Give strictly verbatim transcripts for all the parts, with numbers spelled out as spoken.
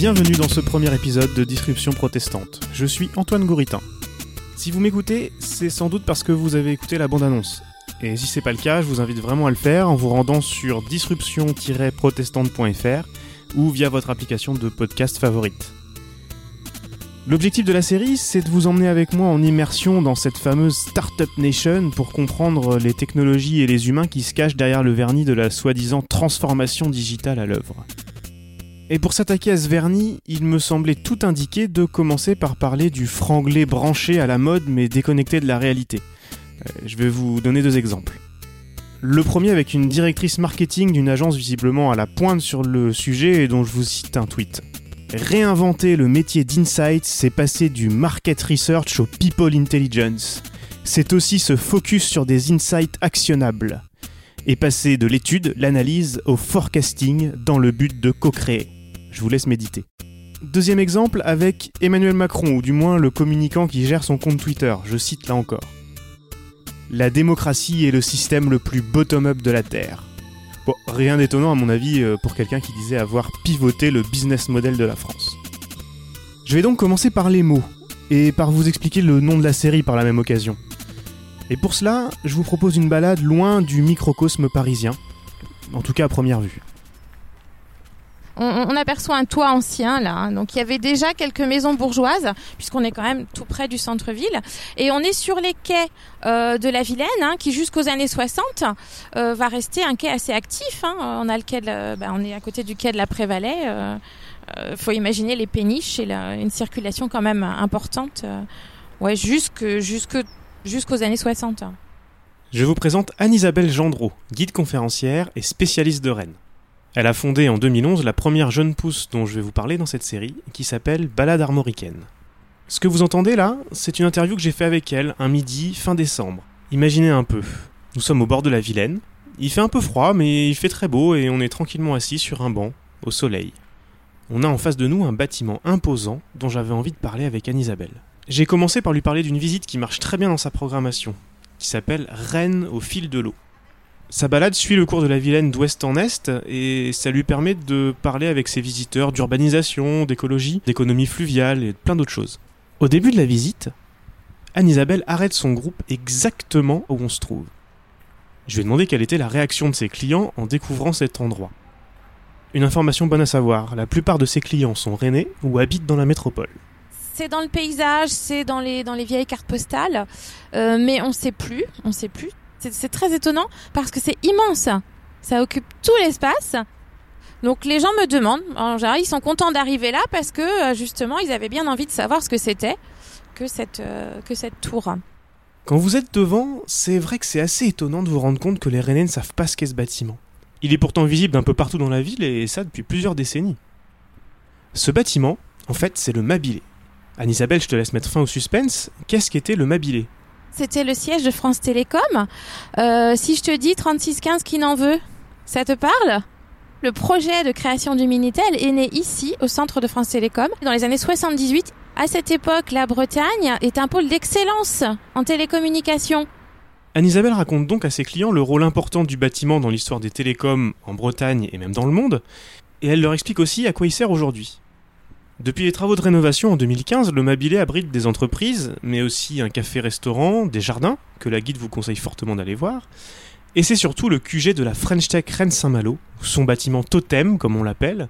Bienvenue dans ce premier épisode de Disruption protestante. Je suis Antoine Gouritin. Si vous m'écoutez, c'est sans doute parce que vous avez écouté la bande-annonce. Et si c'est pas le cas, je vous invite vraiment à le faire en vous rendant sur disruption tiret protestante point f r ou via votre application de podcast favorite. L'objectif de la série, c'est de vous emmener avec moi en immersion dans cette fameuse Startup Nation pour comprendre les technologies et les humains qui se cachent derrière le vernis de la soi-disant transformation digitale à l'œuvre. Et pour s'attaquer à ce vernis, il me semblait tout indiqué de commencer par parler du franglais branché à la mode mais déconnecté de la réalité. Euh, je vais vous donner deux exemples. Le premier avec une directrice marketing d'une agence visiblement à la pointe sur le sujet et dont je vous cite un tweet. Réinventer le métier d'insight, c'est passer du market research au people intelligence. C'est aussi se focus sur des insights actionnables. Et passer de l'étude, l'analyse, au forecasting dans le but de co-créer. Je vous laisse méditer. Deuxième exemple avec Emmanuel Macron, ou du moins le communicant qui gère son compte Twitter, je cite là encore. La démocratie est le système le plus bottom-up de la Terre. Bon, rien d'étonnant à mon avis pour quelqu'un qui disait avoir pivoté le business model de la France. Je vais donc commencer par les mots, et par vous expliquer le nom de la série par la même occasion. Et pour cela, je vous propose une balade loin du microcosme parisien, en tout cas à première vue. On, on aperçoit un toit ancien là, hein. Donc il y avait déjà quelques maisons bourgeoises, puisqu'on est quand même tout près du centre-ville, et on est sur les quais euh, de la Vilaine, hein, qui jusqu'aux années soixante euh, va rester un quai assez actif. Hein. On a le quai de la, bah, on est à côté du quai de la Prévalais. Euh, euh, faut imaginer les péniches et la, une circulation quand même importante. Euh, ouais, jusque, jusque, jusqu'aux années soixante. Je vous présente Anne-Isabelle Gendreau, guide conférencière et spécialiste de Rennes. Elle a fondé en deux mille onze la première jeune pousse dont je vais vous parler dans cette série, qui s'appelle Balade armoricaine. Ce que vous entendez là, c'est une interview que j'ai fait avec elle un midi fin décembre. Imaginez un peu, nous sommes au bord de la Vilaine, il fait un peu froid mais il fait très beau et on est tranquillement assis sur un banc, au soleil. On a en face de nous un bâtiment imposant dont j'avais envie de parler avec Anne-Isabelle. J'ai commencé par lui parler d'une visite qui marche très bien dans sa programmation, qui s'appelle Rennes au fil de l'eau. Sa balade suit le cours de la Vilaine d'ouest en est et ça lui permet de parler avec ses visiteurs d'urbanisation, d'écologie, d'économie fluviale et de plein d'autres choses. Au début de la visite, Anne-Isabelle arrête son groupe exactement où on se trouve. Je lui ai demandé quelle était la réaction de ses clients en découvrant cet endroit. Une information bonne à savoir, la plupart de ses clients sont rennais ou habitent dans la métropole. C'est dans le paysage, c'est dans les, dans les vieilles cartes postales, euh, mais on ne sait plus, on sait plus. C'est, c'est très étonnant parce que c'est immense. Ça occupe tout l'espace. Donc les gens me demandent, en général, ils sont contents d'arriver là parce que justement, ils avaient bien envie de savoir ce que c'était que cette, euh, que cette tour. Quand vous êtes devant, c'est vrai que c'est assez étonnant de vous rendre compte que les Rennais ne savent pas ce qu'est ce bâtiment. Il est pourtant visible d'un peu partout dans la ville et ça depuis plusieurs décennies. Ce bâtiment, en fait, c'est le Mabilé. Anne-Isabelle, je te laisse mettre fin au suspense. Qu'est-ce qu'était le Mabilé ? C'était le siège de France Télécom. Euh, si je te dis trente-six quinze qui n'en veut, ça te parle ? Le projet de création du Minitel est né ici, au centre de France Télécom, dans les années soixante-dix-huit. À cette époque, la Bretagne est un pôle d'excellence en télécommunications. Anne-Isabelle raconte donc à ses clients le rôle important du bâtiment dans l'histoire des télécoms en Bretagne et même dans le monde, et elle leur explique aussi à quoi il sert aujourd'hui. Depuis les travaux de rénovation en deux mille quinze, le Mabilé abrite des entreprises, mais aussi un café-restaurant, des jardins, que la guide vous conseille fortement d'aller voir, et c'est surtout le Q G de la French Tech Rennes-Saint-Malo, son bâtiment totem, comme on l'appelle.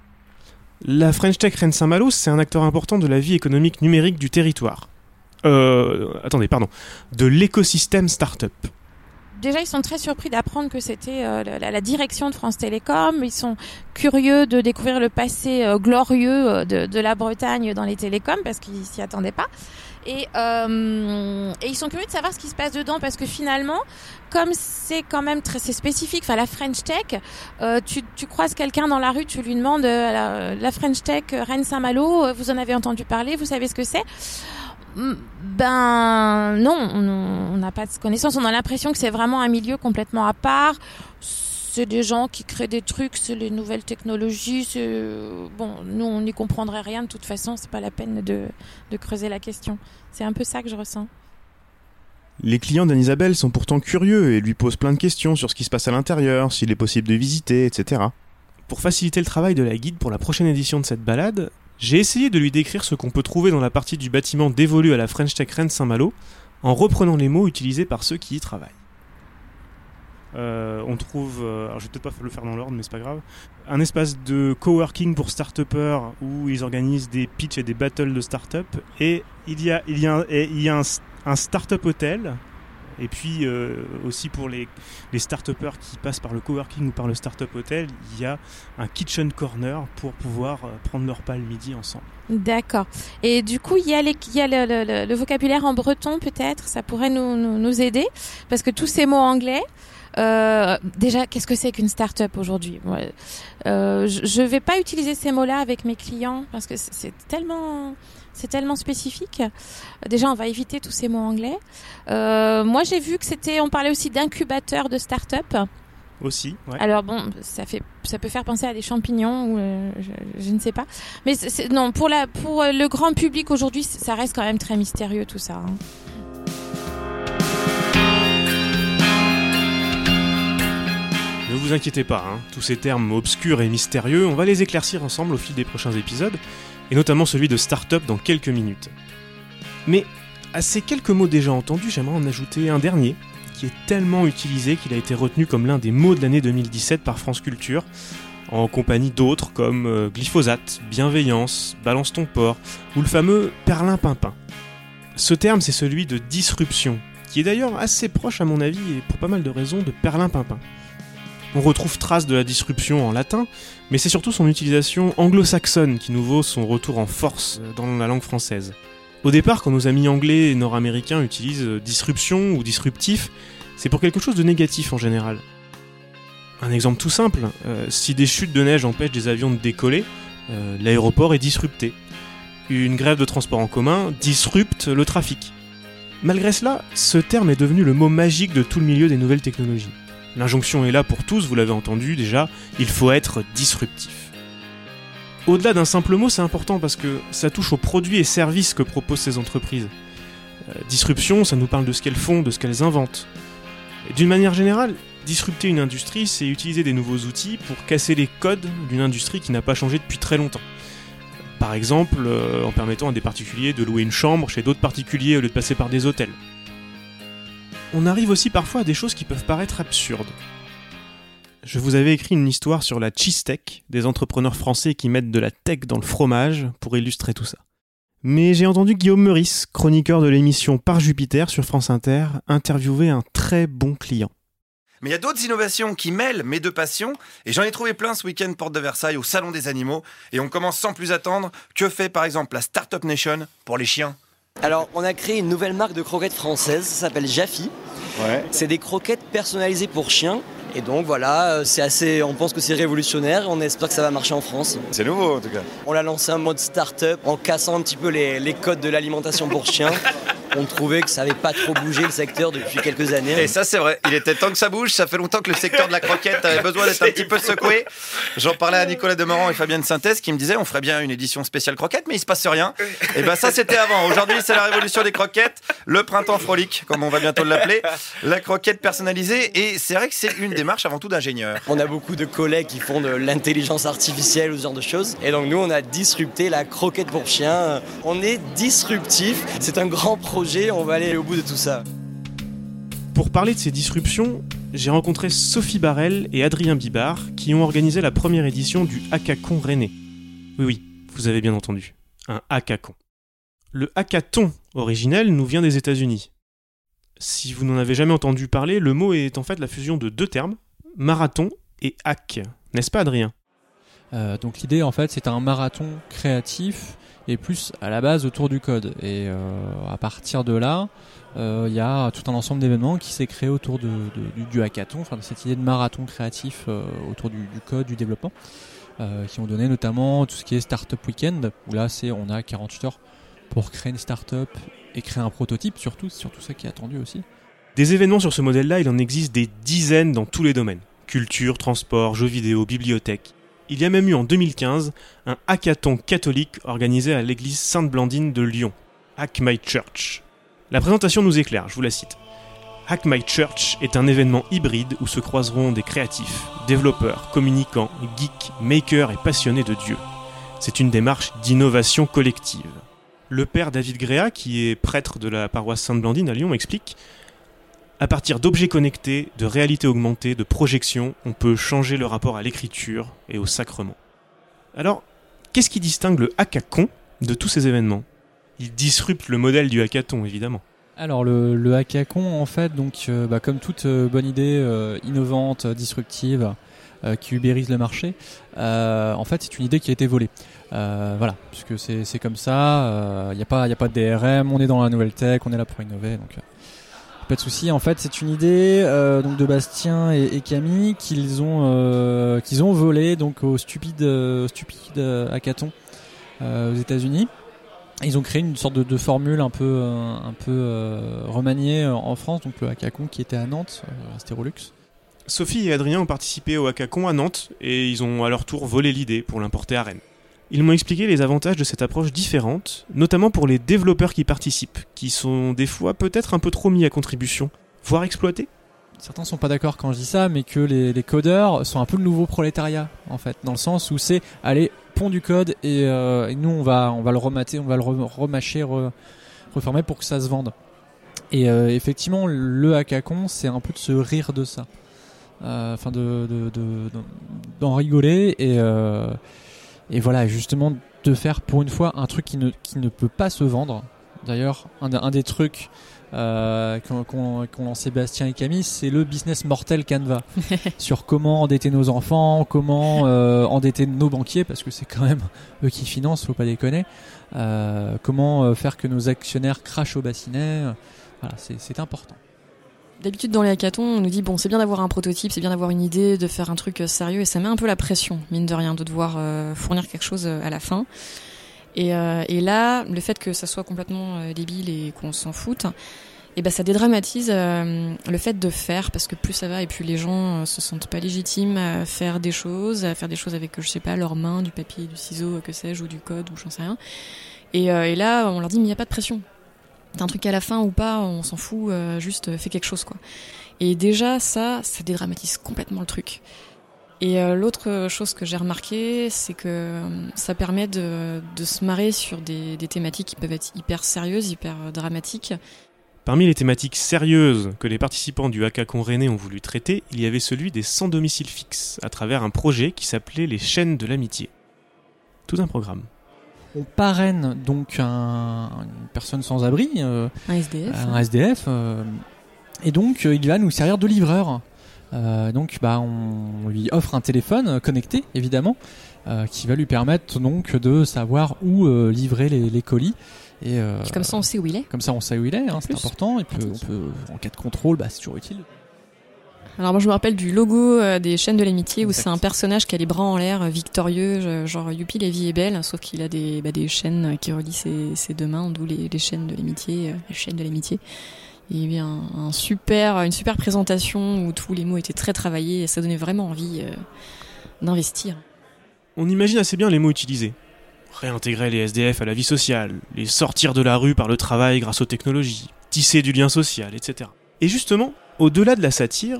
La French Tech Rennes-Saint-Malo, c'est un acteur important de la vie économique numérique du territoire. Euh... Attendez, pardon. De l'écosystème start-up. Déjà, ils sont très surpris d'apprendre que c'était euh, la, la direction de France Télécom. Ils sont curieux de découvrir le passé euh, glorieux euh, de, de la Bretagne dans les télécoms parce qu'ils s'y attendaient pas. Et, euh, et ils sont curieux de savoir ce qui se passe dedans parce que finalement, comme c'est quand même très c'est spécifique, enfin la French Tech, euh, tu, tu croises quelqu'un dans la rue, tu lui demandes euh, la, la French Tech Rennes-Saint-Malo, vous en avez entendu parler, vous savez ce que c'est ? Ben non, on n'a pas de connaissance. On a l'impression que c'est vraiment un milieu complètement à part. C'est des gens qui créent des trucs, c'est les nouvelles technologies. C'est... Bon, nous, on n'y comprendrait rien de toute façon. C'est pas la peine de, de creuser la question. C'est un peu ça que je ressens. Les clients d'Anne-Isabelle sont pourtant curieux et lui posent plein de questions sur ce qui se passe à l'intérieur, s'il est possible de visiter, et cetera. Pour faciliter le travail de la guide pour la prochaine édition de cette balade, j'ai essayé de lui décrire ce qu'on peut trouver dans la partie du bâtiment dévolue à la French Tech Rennes Saint-Malo, en reprenant les mots utilisés par ceux qui y travaillent. Euh, on trouve, euh, alors je vais peut-être pas le faire dans l'ordre, mais c'est pas grave, un espace de coworking pour start-upers où ils organisent des pitchs et des battles de start-up, et il y a, il y a, un, il y a un, un start-up hôtel, et puis euh, aussi pour les, les start-upers qui passent par le coworking ou par le start-up hôtel, il y a un kitchen corner pour pouvoir euh, prendre leur repas le midi ensemble. D'accord. Et du coup, il y a, les, il y a le, le, le vocabulaire en breton peut-être, ça pourrait nous, nous, nous aider, parce que tous ces mots anglais, Euh, déjà, qu'est-ce que c'est qu'une start-up aujourd'hui ? Ouais. euh, Je ne vais pas utiliser ces mots-là avec mes clients parce que c'est, c'est tellement, c'est tellement spécifique. Déjà, on va éviter tous ces mots anglais. Euh, moi, j'ai vu que c'était, on parlait aussi d'incubateur de start-up. Aussi, ouais. Alors bon, ça fait, ça peut faire penser à des champignons ou euh, je, je ne sais pas. Mais c'est, c'est, non, pour la, pour le grand public aujourd'hui, ça reste quand même très mystérieux tout ça. Hein. Ne vous inquiétez pas, hein, tous ces termes obscurs et mystérieux, on va les éclaircir ensemble au fil des prochains épisodes, et notamment celui de start-up dans quelques minutes. Mais à ces quelques mots déjà entendus, j'aimerais en ajouter un dernier, qui est tellement utilisé qu'il a été retenu comme l'un des mots de l'année deux mille dix-sept par France Culture, en compagnie d'autres comme euh, glyphosate, bienveillance, balance ton porc, ou le fameux perlimpinpin. Ce terme, c'est celui de disruption, qui est d'ailleurs assez proche à mon avis, et pour pas mal de raisons, de perlimpinpin. On retrouve trace de la disruption en latin, mais c'est surtout son utilisation anglo-saxonne qui nous vaut son retour en force dans la langue française. Au départ, quand nos amis anglais et nord-américains utilisent disruption ou disruptif, c'est pour quelque chose de négatif en général. Un exemple tout simple, euh, si des chutes de neige empêchent des avions de décoller, euh, l'aéroport est disrupté. Une grève de transport en commun disrupte le trafic. Malgré cela, ce terme est devenu le mot magique de tout le milieu des nouvelles technologies. L'injonction est là pour tous, vous l'avez entendu déjà, il faut être disruptif. Au-delà d'un simple mot, c'est important parce que ça touche aux produits et services que proposent ces entreprises. Euh, disruption, ça nous parle de ce qu'elles font, de ce qu'elles inventent. Et d'une manière générale, disrupter une industrie, c'est utiliser des nouveaux outils pour casser les codes d'une industrie qui n'a pas changé depuis très longtemps. Par exemple, euh, en permettant à des particuliers de louer une chambre chez d'autres particuliers au lieu de passer par des hôtels. On arrive aussi parfois à des choses qui peuvent paraître absurdes. Je vous avais écrit une histoire sur la cheese tech, des entrepreneurs français qui mettent de la tech dans le fromage, pour illustrer tout ça. Mais j'ai entendu Guillaume Meurice, chroniqueur de l'émission Par Jupiter sur France Inter, interviewer un très bon client. Mais il y a d'autres innovations qui mêlent mes deux passions, et j'en ai trouvé plein ce week-end porte de Versailles au Salon des Animaux, et on commence sans plus attendre. Que fait par exemple la Startup Nation pour les chiens ? Alors, on a créé une nouvelle marque de croquettes françaises, ça s'appelle Jaffy. Ouais. C'est des croquettes personnalisées pour chiens. Et donc voilà, c'est assez, on pense que c'est révolutionnaire, on espère que ça va marcher en France. C'est nouveau en tout cas. On l'a lancé en mode start-up, en cassant un petit peu les, les codes de l'alimentation pour chiens. On trouvait que ça n'avait pas trop bougé le secteur depuis quelques années. Et ça c'est vrai, il était temps que ça bouge, ça fait longtemps que le secteur de la croquette avait besoin d'être un petit peu secoué. J'en parlais à Nicolas Demorand et Fabienne Synthèse qui me disaient on ferait bien une édition spéciale croquette mais il se passe rien. Et ben ça c'était avant, aujourd'hui c'est la révolution des croquettes, le printemps frolique comme on va bientôt l'appeler, la croquette personnalisée et c'est vrai que c'est une démarche avant tout d'ingénieur. On a beaucoup de collègues qui font de l'intelligence artificielle ou ce genre de choses et donc nous on a disrupté la croquette pour chien. On est disruptif, c'est un grand projet. On va aller au bout de tout ça. Pour parler de ces disruptions, j'ai rencontré Sophie Barrel et Adrien Bibard qui ont organisé la première édition du Hackathon Rennais. Oui, oui, vous avez bien entendu, un hackathon. Le hackathon originel nous vient des États-Unis. Si vous n'en avez jamais entendu parler, le mot est en fait la fusion de deux termes, marathon et hack. N'est-ce pas, Adrien ? euh, Donc l'idée, en fait, c'est un marathon créatif et plus à la base autour du code. Et euh, à partir de là, il euh, y a tout un ensemble d'événements qui s'est créé autour de, de, du, du hackathon, enfin de cette idée de marathon créatif euh, autour du, du code, du développement, euh, qui ont donné notamment tout ce qui est Startup Weekend, où là c'est on a quarante-huit heures pour créer une startup et créer un prototype, surtout, c'est surtout ça qui est attendu aussi. Des événements sur ce modèle-là, il en existe des dizaines dans tous les domaines. Culture, transport, jeux vidéo, bibliothèque. Il y a même eu en deux mille quinze un hackathon catholique organisé à l'église Sainte-Blandine de Lyon, Hack My Church. La présentation nous éclaire, je vous la cite. Hack My Church est un événement hybride où se croiseront des créatifs, développeurs, communicants, geeks, makers et passionnés de Dieu. C'est une démarche d'innovation collective. Le père David Gréa, qui est prêtre de la paroisse Sainte-Blandine à Lyon, explique « À partir d'objets connectés, de réalité augmentée, de projections, on peut changer le rapport à l'écriture et au sacrement. » Alors, qu'est-ce qui distingue le hackathon de tous ces événements ? Il disrupte le modèle du hackathon, évidemment. Alors le, le hackathon, en fait, donc euh, bah, comme toute euh, bonne idée euh, innovante, disruptive, euh, qui ubérise le marché, euh, en fait c'est une idée qui a été volée. Euh, voilà, puisque c'est, c'est comme ça, il euh, n'y a pas, y a pas de D R M, on est dans la nouvelle tech, on est là pour innover, donc euh, pas de souci. En fait c'est une idée euh, donc de Bastien et, et Camille qu'ils ont, euh, qu'ils ont volé donc au stupide, euh, stupide hackathon euh, aux États-Unis. Ils ont créé une sorte de, de formule un peu, euh, un peu euh, remaniée en France, donc le hackathon qui était à Nantes, euh, à Stérolux. Sophie et Adrien ont participé au hackathon à Nantes et ils ont à leur tour volé l'idée pour l'importer à Rennes. Ils m'ont expliqué les avantages de cette approche différente, notamment pour les développeurs qui participent, qui sont des fois peut-être un peu trop mis à contribution, voire exploités. Certains sont pas d'accord quand je dis ça, mais que les, les codeurs sont un peu le nouveau prolétariat, en fait, dans le sens où c'est, allez, pond du code et, euh, et nous on va, on va le remater, on va le remâcher, re, reformer pour que ça se vende. Et euh, effectivement, le hackathon, c'est un peu de se rire de ça, enfin euh, de, de, de, de, d'en rigoler et euh, et voilà, justement de faire pour une fois un truc qui ne qui ne peut pas se vendre. D'ailleurs, un, un des trucs Euh, qu'ont, qu'ont, qu'ont lancé Bastien et Camille, c'est le business mortel Canva sur comment endetter nos enfants, comment euh, endetter nos banquiers, parce que c'est quand même eux qui financent, faut pas déconner, euh, comment euh, faire que nos actionnaires crachent au bassinet, voilà, c'est, c'est important. D'habitude dans les hackathons, on nous dit bon, c'est bien d'avoir un prototype, c'est bien d'avoir une idée, de faire un truc sérieux, et ça met un peu la pression, mine de rien, de devoir euh, fournir quelque chose à la fin. Et, euh, et là, le fait que ça soit complètement euh, débile et qu'on s'en foute, et ben ça dédramatise euh, le fait de faire, parce que plus ça va et plus les gens euh, se sentent pas légitimes à faire des choses, à faire des choses avec, je sais pas, leurs mains, du papier, du ciseau, que sais-je, ou du code, ou j'en sais rien. Et, euh, et là, on leur dit mais il y a pas de pression. T'as un truc à la fin ou pas, on s'en fout, euh, juste euh, fais quelque chose quoi. Et déjà ça, ça dédramatise complètement le truc. Et euh, l'autre chose que j'ai remarqué, c'est que euh, ça permet de, de se marrer sur des, des thématiques qui peuvent être hyper sérieuses, hyper euh, dramatiques. Parmi les thématiques sérieuses que les participants du hackathon rennais ont voulu traiter, il y avait celui des sans domicile fixe, à travers un projet qui s'appelait les chaînes de l'amitié. Tout un programme. On parraine donc un, une personne sans abri, euh, un S D F, un S D F, euh, et donc euh, il va nous servir de livreur. Euh, donc bah on lui offre un téléphone connecté évidemment euh, qui va lui permettre donc de savoir où euh, livrer les, les colis et euh, comme ça on sait où il est comme ça on sait où il est hein, c'est plus. Important et peut, on peut en cas de contrôle bah c'est toujours utile. Alors moi je me rappelle du logo euh, des chaînes de l'amitié, exact, où c'est un personnage qui a les bras en l'air, victorieux, genre youpi la vie est belle, sauf qu'il a des, bah, des chaînes qui relient ses, ses deux mains, d'où les, les chaînes de l'amitié, euh, les chaînes de l'amitié. Il y avait un, un super, une super présentation où tous les mots étaient très travaillés et ça donnait vraiment envie euh, d'investir. On imagine assez bien les mots utilisés. Réintégrer les S D F à la vie sociale, les sortir de la rue par le travail grâce aux technologies, tisser du lien social, et cetera. Et justement, au-delà de la satire,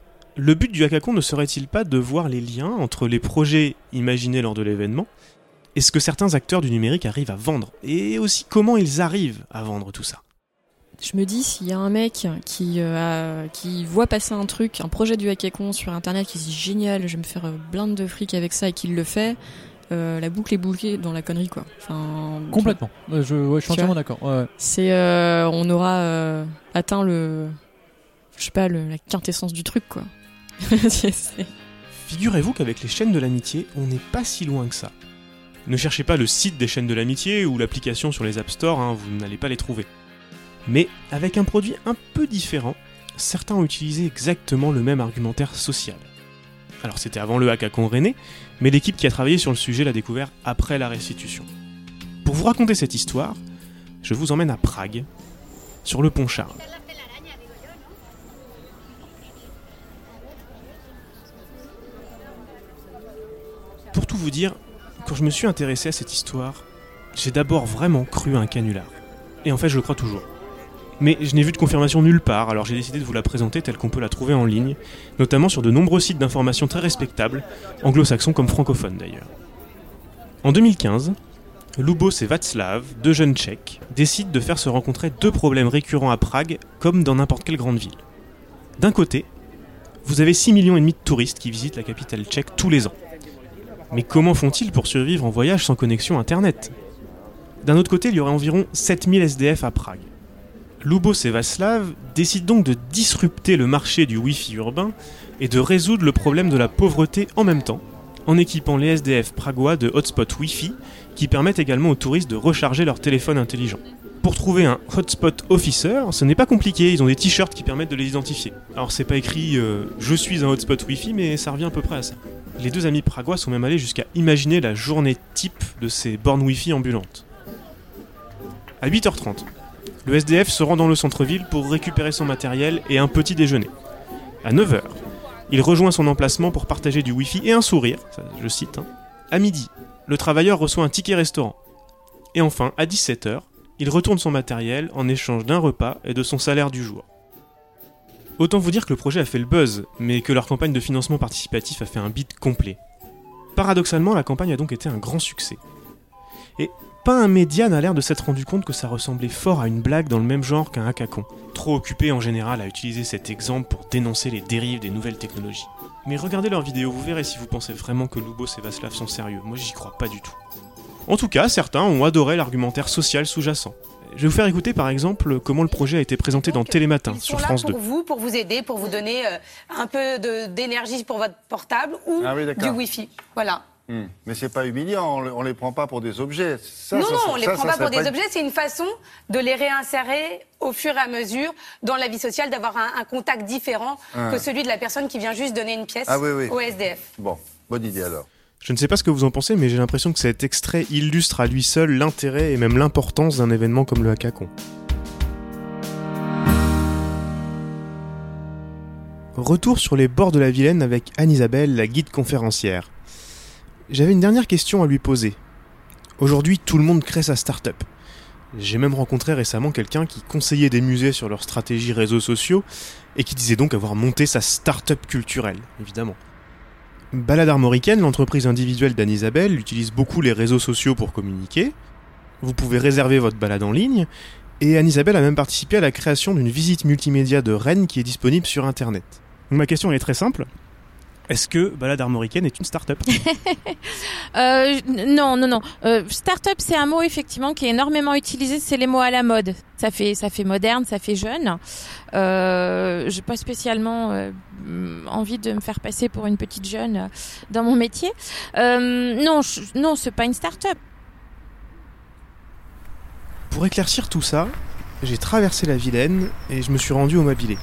le but du hackathon ne serait-il pas de voir les liens entre les projets imaginés lors de l'événement et ce que certains acteurs du numérique arrivent à vendre, et aussi comment ils arrivent à vendre tout ça? Je me dis, s'il y a un mec qui, euh, a, qui voit passer un truc, un projet du hackathon sur internet, qui se dit génial, je vais me faire blinde de fric avec ça et qu'il le fait, euh, la boucle est bouclée dans la connerie quoi. Enfin, complètement. Tu... Je, ouais, je suis entièrement d'accord. Ouais. C'est, euh, on aura euh, atteint le, je sais pas, le, la quintessence du truc quoi. c'est... Figurez-vous qu'avec les chaînes de l'amitié, on n'est pas si loin que ça. Ne cherchez pas le site des chaînes de l'amitié ou l'application sur les App Store, hein, vous n'allez pas les trouver. Mais avec un produit un peu différent, certains ont utilisé exactement le même argumentaire social. Alors c'était avant le hackathon rennais, mais l'équipe qui a travaillé sur le sujet l'a découvert après la restitution. Pour vous raconter cette histoire, je vous emmène à Prague, sur le pont Charles. Pour tout vous dire, quand je me suis intéressé à cette histoire, j'ai d'abord vraiment cru à un canular. Et en fait je le crois toujours. Mais je n'ai vu de confirmation nulle part, alors j'ai décidé de vous la présenter telle qu'on peut la trouver en ligne, notamment sur de nombreux sites d'information très respectables, anglo-saxons comme francophones d'ailleurs. En deux mille quinze, Lubos et Václav, deux jeunes Tchèques, décident de faire se rencontrer deux problèmes récurrents à Prague, comme dans n'importe quelle grande ville. D'un côté, vous avez six millions et demi de touristes qui visitent la capitale tchèque tous les ans. Mais comment font-ils pour survivre en voyage sans connexion internet ? D'un autre côté, il y aurait environ sept mille S D F à Prague. Lubos et Václav décident donc de disrupter le marché du Wi-Fi urbain et de résoudre le problème de la pauvreté en même temps, en équipant les S D F pragois de hotspots Wi-Fi qui permettent également aux touristes de recharger leur téléphone intelligent. Pour trouver un hotspot officer, ce n'est pas compliqué, ils ont des t-shirts qui permettent de les identifier. Alors c'est pas écrit euh, « je suis un hotspot Wi-Fi », mais ça revient à peu près à ça. Les deux amis pragois sont même allés jusqu'à imaginer la journée type de ces bornes Wi-Fi ambulantes. À huit heures trente, le S D F se rend dans le centre-ville pour récupérer son matériel et un petit déjeuner. À neuf heures, il rejoint son emplacement pour partager du Wi-Fi et un sourire, ça, je cite. Hein. À midi, le travailleur reçoit un ticket restaurant. Et enfin, à dix-sept heures, il retourne son matériel en échange d'un repas et de son salaire du jour. Autant vous dire que le projet a fait le buzz, mais que leur campagne de financement participatif a fait un bid complet. Paradoxalement, la campagne a donc été un grand succès. Et pas un média n'a l'air de s'être rendu compte que ça ressemblait fort à une blague dans le même genre qu'un hackathon, trop occupé en général à utiliser cet exemple pour dénoncer les dérives des nouvelles technologies. Mais regardez leurs vidéos, vous verrez si vous pensez vraiment que Lubos et Václav sont sérieux. Moi j'y crois pas du tout. En tout cas, certains ont adoré l'argumentaire social sous-jacent. Je vais vous faire écouter par exemple comment le projet a été présenté dans Télématin sur France deux. Ils sont là pour vous, pour vous aider, pour vous donner euh, un peu de, d'énergie pour votre portable ou ah oui, du Wi-Fi. Voilà. Mmh. Mais c'est pas humiliant, on les prend pas pour des objets. Ça, non, ça, non, ça, on les ça, prend ça, pas pour pas... des objets, c'est une façon de les réinsérer au fur et à mesure dans la vie sociale, d'avoir un, un contact différent ah. que celui de la personne qui vient juste donner une pièce ah, oui, oui. au S D F. Bon, bonne idée alors. Je ne sais pas ce que vous en pensez, mais j'ai l'impression que cet extrait illustre à lui seul l'intérêt et même l'importance d'un événement comme le hackathon. Retour sur les bords de la Vilaine avec Anne-Isabelle, la guide conférencière. J'avais une dernière question à lui poser. Aujourd'hui, tout le monde crée sa start-up. J'ai même rencontré récemment quelqu'un qui conseillait des musées sur leurs stratégies réseaux sociaux et qui disait donc avoir monté sa start-up culturelle, évidemment. Balade Armoricaine, l'entreprise individuelle d'Anne-Isabelle, utilise beaucoup les réseaux sociaux pour communiquer. Vous pouvez réserver votre balade en ligne. Et Anne-Isabelle a même participé à la création d'une visite multimédia de Rennes qui est disponible sur Internet. Donc ma question elle est très simple. Est-ce que Balade Armoricaine est une start-up ? euh, Non, non, non. Euh, start-up, c'est un mot effectivement qui est énormément utilisé. C'est les mots à la mode. Ça fait, ça fait moderne, ça fait jeune. Euh, j'ai pas spécialement euh, envie de me faire passer pour une petite jeune dans mon métier. Euh, non, je, non, c'est pas une start-up. Pour éclaircir tout ça, j'ai traversé la Vilaine et je me suis rendu au Mabilé.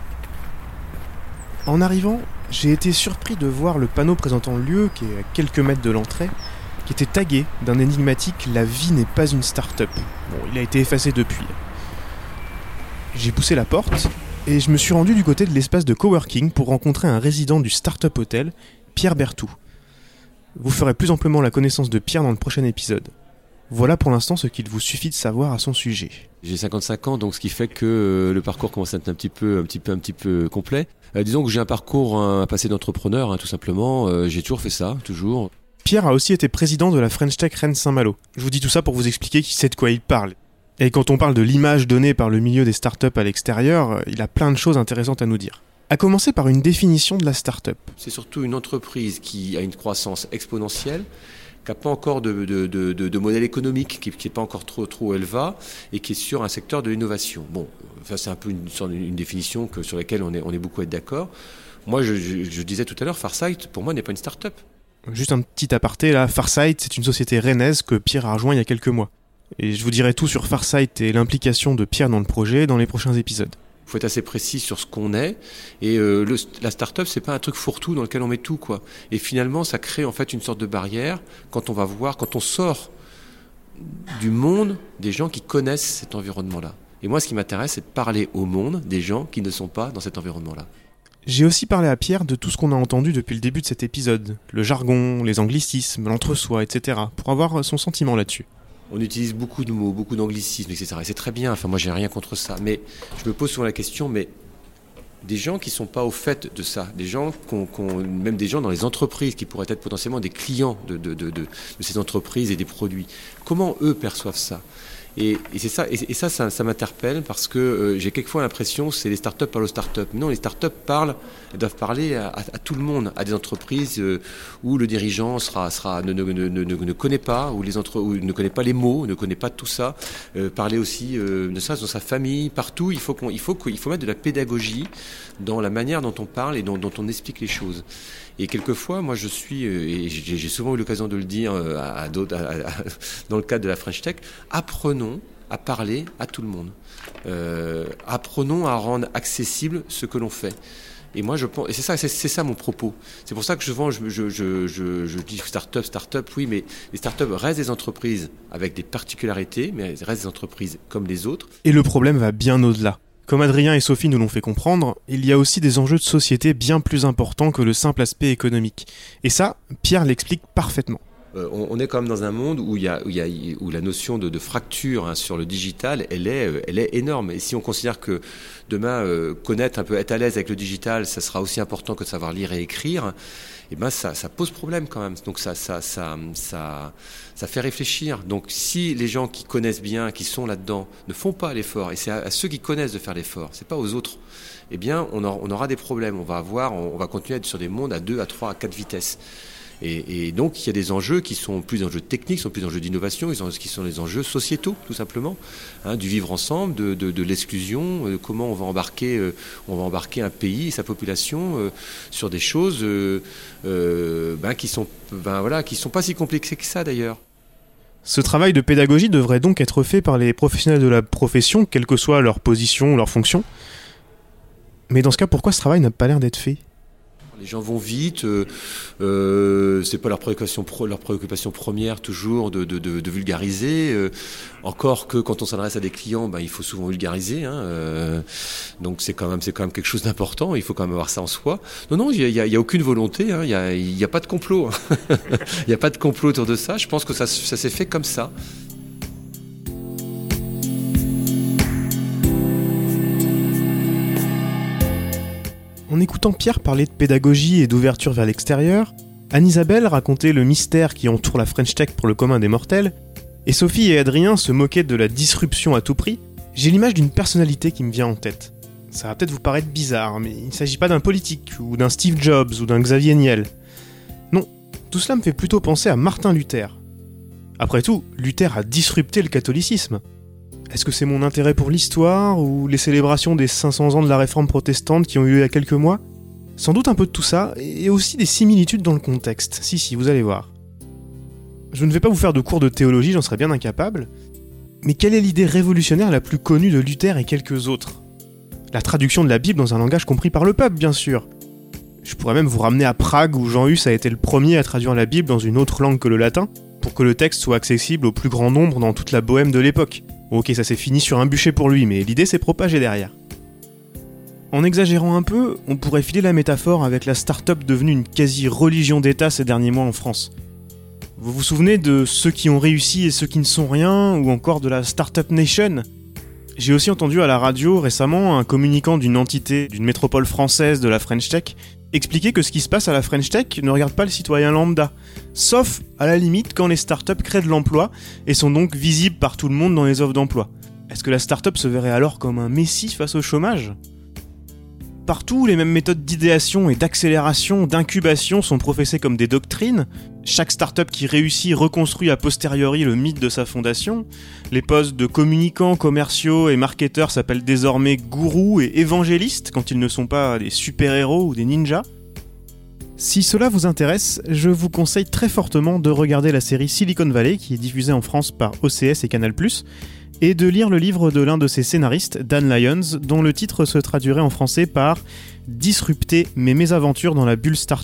En arrivant, j'ai été surpris de voir le panneau présentant le lieu, qui est à quelques mètres de l'entrée, qui était tagué d'un énigmatique « La vie n'est pas une start-up ». Bon, il a été effacé depuis. J'ai poussé la porte et je me suis rendu du côté de l'espace de coworking pour rencontrer un résident du Startup Hotel, Pierre Berthoud. Vous ferez plus amplement la connaissance de Pierre dans le prochain épisode. Voilà pour l'instant ce qu'il vous suffit de savoir à son sujet. J'ai cinquante-cinq ans, donc ce qui fait que euh, le parcours commence à être un petit peu, un petit peu, un petit peu complet. Euh, disons que j'ai un parcours, un, un passé d'entrepreneur, hein, tout simplement. Euh, j'ai toujours fait ça, toujours. Pierre a aussi été président de la French Tech Rennes-Saint-Malo. Je vous dis tout ça pour vous expliquer qui sait de quoi il parle. Et quand on parle de l'image donnée par le milieu des startups à l'extérieur, il a plein de choses intéressantes à nous dire. À commencer par une définition de la startup. C'est surtout une entreprise qui a une croissance exponentielle, qui n'a pas encore de, de, de, de, de modèle économique, qui n'est pas encore trop, trop élevé et qui est sur un secteur de l'innovation. Bon, ça c'est un peu une, une définition que, sur laquelle on est, on est beaucoup à être d'accord. Moi, je, je, je disais tout à l'heure, Farsight, pour moi, n'est pas une start-up. Juste un petit aparté, là, Farsight, c'est une société rennaise que Pierre a rejoint il y a quelques mois. Et je vous dirai tout sur Farsight et l'implication de Pierre dans le projet dans les prochains épisodes. Il faut être assez précis sur ce qu'on est. Et euh, le, la start-up, c'est pas un truc fourre-tout dans lequel on met tout, quoi. Et finalement, ça crée en fait une sorte de barrière quand on va voir, quand on sort du monde des gens qui connaissent cet environnement-là. Et moi, ce qui m'intéresse, c'est de parler au monde des gens qui ne sont pas dans cet environnement-là. J'ai aussi parlé à Pierre de tout ce qu'on a entendu depuis le début de cet épisode. Le jargon, les anglicismes, l'entre-soi, et cetera. Pour avoir son sentiment là-dessus. On utilise beaucoup de mots, beaucoup d'anglicismes, et cetera. Et c'est très bien, enfin moi j'ai rien contre ça. Mais je me pose souvent la question, mais des gens qui ne sont pas au fait de ça, des gens qu'on, qu'on, même des gens dans les entreprises qui pourraient être potentiellement des clients de, de, de, de, de ces entreprises et des produits, comment eux perçoivent ça ? Et, et c'est ça, et, et ça, ça, ça m'interpelle parce que euh, j'ai quelquefois l'impression que c'est les startups parlent aux startups. Non, les startups parlent, elles doivent parler à, à, à tout le monde, à des entreprises euh, où le dirigeant sera, sera, ne, ne, ne, ne, ne connaît pas, où, les entre, où ne connaît pas les mots, ne connaît pas tout ça. Euh, parler aussi, euh, ne serait-ce dans sa famille, partout. Il faut qu'on, il faut qu'il faut mettre de la pédagogie dans la manière dont on parle et dont, dont on explique les choses. Et quelquefois, moi, je suis, et j'ai, j'ai souvent eu l'occasion de le dire à, à d'autres, à, à, dans le cadre de la French Tech, apprenons à parler à tout le monde. Euh, apprenons à rendre accessible ce que l'on fait. Et moi, je pense, et c'est ça, c'est, c'est ça mon propos. C'est pour ça que souvent, je, je, je, je, je dis start-up, start-up, oui, mais les start-up restent des entreprises avec des particularités, mais elles restent des entreprises comme les autres. Et le problème va bien au-delà. Comme Adrien et Sophie nous l'ont fait comprendre, il y a aussi des enjeux de société bien plus importants que le simple aspect économique. Et ça, Pierre l'explique parfaitement. Euh, on, on est quand même dans un monde où, il y a, où, il y a, où la notion de, de fracture hein, sur le digital, elle est, elle est énorme. Et si on considère que demain, euh, connaître, un peu être à l'aise avec le digital, ça sera aussi important que de savoir lire et écrire, eh ben ça, ça pose problème quand même. Donc ça, ça, ça, ça, ça fait réfléchir. Donc si les gens qui connaissent bien, qui sont là-dedans, ne font pas l'effort, et c'est à, à ceux qui connaissent de faire l'effort, c'est pas aux autres, eh bien on, aura, on aura des problèmes. On va avoir, on, on va continuer à être sur des mondes à deux, à trois, à quatre vitesses. Et, et donc, il y a des enjeux qui sont plus enjeux techniques, sont plus enjeux d'innovation, qui sont les enjeux sociétaux, tout simplement, hein, du vivre ensemble, de, de, de l'exclusion, euh, comment on va embarquer, euh, on va embarquer un pays et sa population euh, sur des choses euh, euh, ben, qui sont, ben, voilà, qui sont pas si compliquées que ça d'ailleurs. Ce travail de pédagogie devrait donc être fait par les professionnels de la profession, quelle que soit leur position ou leur fonction. Mais dans ce cas, pourquoi ce travail n'a pas l'air d'être fait ? Les gens vont vite, euh, euh, c'est pas leur préoccupation, pro, leur préoccupation première toujours de, de, de, de vulgariser. Euh, encore que quand on s'adresse à des clients, ben, il faut souvent vulgariser. Hein, euh, donc c'est quand même c'est quand même quelque chose d'important. Il faut quand même avoir ça en soi. Non non, il y a, il y a aucune volonté. Hein, il y a il y a pas de complot. Il y a pas de complot autour de ça. Je pense que ça ça s'est fait comme ça. En écoutant Pierre parler de pédagogie et d'ouverture vers l'extérieur, Anne-Isabelle racontait le mystère qui entoure la French Tech pour le commun des mortels, et Sophie et Adrien se moquaient de la disruption à tout prix, j'ai l'image d'une personnalité qui me vient en tête. Ça va peut-être vous paraître bizarre, mais il ne s'agit pas d'un politique, ou d'un Steve Jobs, ou d'un Xavier Niel. Non, tout cela me fait plutôt penser à Martin Luther. Après tout, Luther a disrupté le catholicisme. Est-ce que c'est mon intérêt pour l'histoire, ou les célébrations des cinq cents ans de la réforme protestante qui ont eu lieu il y a quelques mois ? Sans doute un peu de tout ça, et aussi des similitudes dans le contexte. Si, si, vous allez voir. Je ne vais pas vous faire de cours de théologie, j'en serais bien incapable. Mais quelle est l'idée révolutionnaire la plus connue de Luther et quelques autres ? La traduction de la Bible dans un langage compris par le peuple, bien sûr. Je pourrais même vous ramener à Prague, où Jean Hus a été le premier à traduire la Bible dans une autre langue que le latin, pour que le texte soit accessible au plus grand nombre dans toute la Bohême de l'époque. Ok, ça s'est fini sur un bûcher pour lui, mais l'idée s'est propagée derrière. En exagérant un peu, on pourrait filer la métaphore avec la start-up devenue une quasi-religion d'État ces derniers mois en France. Vous vous souvenez de ceux qui ont réussi et ceux qui ne sont rien, ou encore de la Startup Nation ? J'ai aussi entendu à la radio récemment un communicant d'une entité, d'une métropole française de la French Tech, expliquer que ce qui se passe à la French Tech ne regarde pas le citoyen lambda, sauf à la limite quand les startups créent de l'emploi et sont donc visibles par tout le monde dans les offres d'emploi. Est-ce que la startup se verrait alors comme un messie face au chômage ? Partout, les mêmes méthodes d'idéation et d'accélération, d'incubation sont professées comme des doctrines. Chaque start-up qui réussit reconstruit a posteriori le mythe de sa fondation. Les postes de communicants, commerciaux et marketeurs s'appellent désormais gourous et évangélistes quand ils ne sont pas des super-héros ou des ninjas. Si cela vous intéresse, je vous conseille très fortement de regarder la série Silicon Valley qui est diffusée en France par O C S et Canal plus, et de lire le livre de l'un de ses scénaristes, Dan Lyons, dont le titre se traduirait en français par « Disrupter mes mésaventures dans la bulle startup ».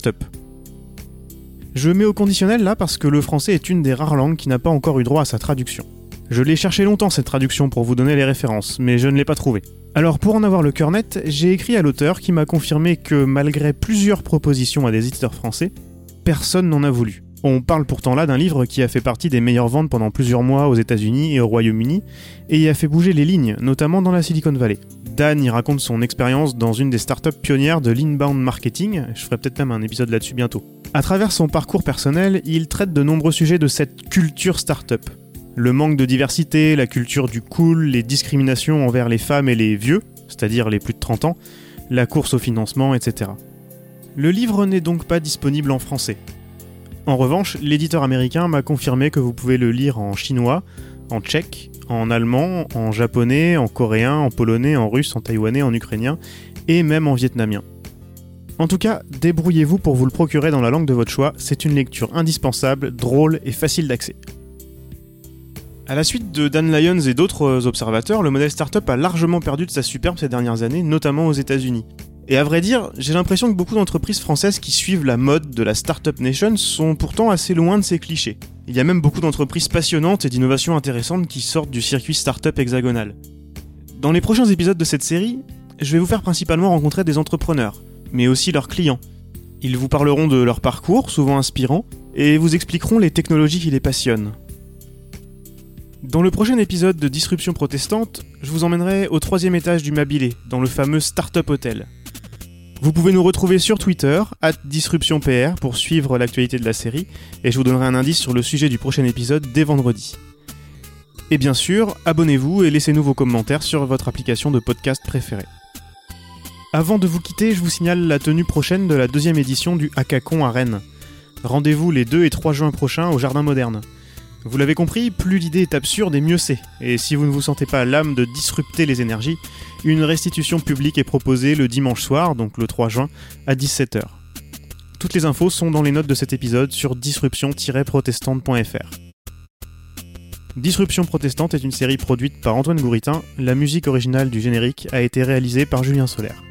Je mets au conditionnel là parce que le français est une des rares langues qui n'a pas encore eu droit à sa traduction. Je l'ai cherché longtemps cette traduction pour vous donner les références, mais je ne l'ai pas trouvée. Alors pour en avoir le cœur net, j'ai écrit à l'auteur qui m'a confirmé que malgré plusieurs propositions à des éditeurs français, personne n'en a voulu. On parle pourtant là d'un livre qui a fait partie des meilleures ventes pendant plusieurs mois aux États-Unis et au Royaume-Uni, et y a fait bouger les lignes, notamment dans la Silicon Valley. Dan y raconte son expérience dans une des startups pionnières de l'inbound marketing, je ferai peut-être même un épisode là-dessus bientôt. À travers son parcours personnel, il traite de nombreux sujets de cette culture startup. Le manque de diversité, la culture du cool, les discriminations envers les femmes et les vieux, c'est-à-dire les plus de trente ans, la course au financement, et cetera. Le livre n'est donc pas disponible en français. En revanche, l'éditeur américain m'a confirmé que vous pouvez le lire en chinois, en tchèque, en allemand, en japonais, en coréen, en polonais, en russe, en taïwanais, en ukrainien et même en vietnamien. En tout cas, débrouillez-vous pour vous le procurer dans la langue de votre choix, c'est une lecture indispensable, drôle et facile d'accès. À la suite de Dan Lyons et d'autres observateurs, le modèle startup a largement perdu de sa superbe ces dernières années, notamment aux États-Unis. Et à vrai dire, j'ai l'impression que beaucoup d'entreprises françaises qui suivent la mode de la Startup Nation sont pourtant assez loin de ces clichés. Il y a même beaucoup d'entreprises passionnantes et d'innovations intéressantes qui sortent du circuit startup hexagonal. Dans les prochains épisodes de cette série, je vais vous faire principalement rencontrer des entrepreneurs, mais aussi leurs clients. Ils vous parleront de leur parcours, souvent inspirant, et vous expliqueront les technologies qui les passionnent. Dans le prochain épisode de Disruption protestante, je vous emmènerai au troisième étage du Mabilé, dans le fameux Startup Hotel. Vous pouvez nous retrouver sur Twitter, arobase disruptionpr, pour suivre l'actualité de la série, et je vous donnerai un indice sur le sujet du prochain épisode dès vendredi. Et bien sûr, abonnez-vous et laissez-nous vos commentaires sur votre application de podcast préférée. Avant de vous quitter, je vous signale la tenue prochaine de la deuxième édition du Hackathon à Rennes. Rendez-vous les deux et trois juin prochains au Jardin Moderne. Vous l'avez compris, plus l'idée est absurde et mieux c'est. Et si vous ne vous sentez pas l'âme de disrupter les énergies, une restitution publique est proposée le dimanche soir, donc le trois juin, à dix-sept heures. Toutes les infos sont dans les notes de cet épisode sur disruption tiret protestante point f r. Disruption protestante est une série produite par Antoine Gouritin, la musique originale du générique a été réalisée par Julien Solaire.